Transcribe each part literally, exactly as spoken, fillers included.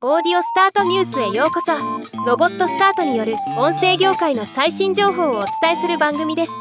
オーディオスタートニュースへようこそ。ロボットスタートによる音声業界の最新情報をお伝えする番組です。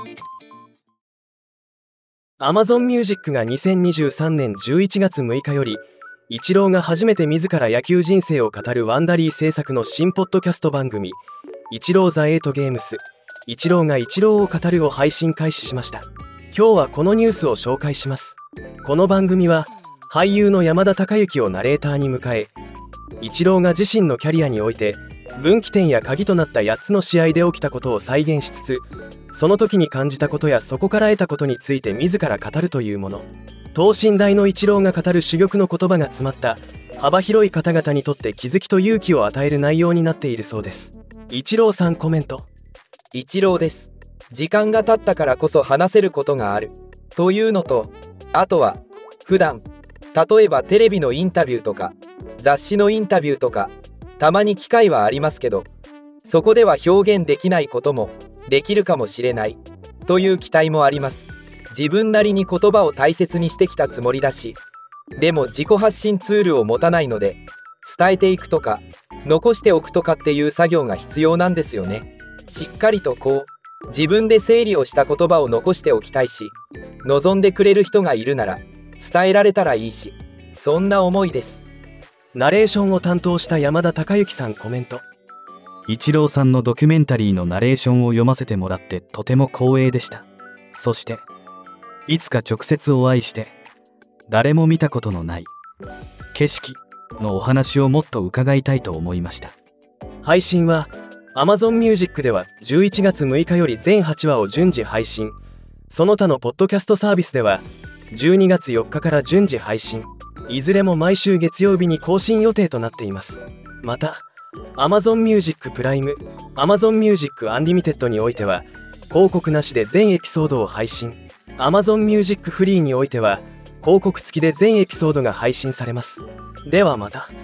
Amazon Music がにせんにじゅうさんねんじゅういちがつむいかよりイチローが初めて自ら野球人生を語るワンダリー制作の新ポッドキャスト番組イチローザエイトゲームスイチローがイチローを語るを配信開始しました。今日はこのニュースを紹介します。この番組は俳優の山田孝之をナレーターに迎え、イチローが自身のキャリアにおいて分岐点や鍵となったやっつの試合で起きたことを再現しつつ、その時に感じたことやそこから得たことについて自ら語るというもの。等身大のイチローが語る珠玉の言葉が詰まった幅広い方々にとって気づきと勇気を与える内容になっているそうです。イチローさんコメント。 イチローです。時間が経ったからこそ話せることがあるというのと、あとは普段例えばテレビのインタビューとか雑誌のインタビューとかたまに機会はありますけど、そこでは表現できないこともできるかもしれないという期待もあります。自分なりに言葉を大切にしてきたつもりだし、でも自己発信ツールを持たないので、伝えていくとか残しておくとかっていう作業が必要なんですよね。しっかりとこう自分で整理をした言葉を残しておきたいし、望んでくれる人がいるなら伝えられたらいいし、そんな思いです。 ナレーションを担当した山田孝之さんコメント。 イチローさんのドキュメンタリーのナレーションを読ませてもらってとても光栄でした。そしていつか直接お会いして誰も見たことのない景色のお話をもっと伺いたいと思いました。 配信は Amazon Music ではじゅういちがつむいかより全はちわを順次配信、その他のポッドキャストサービスではじゅうにがつよっかから順次配信、いずれも毎週月曜日に更新予定となっています。また Amazon Music プライム、Amazon Music Unlimited においては広告なしで全エピソードを配信、Amazon Music フリーにおいては広告付きで全エピソードが配信されます。ではまた。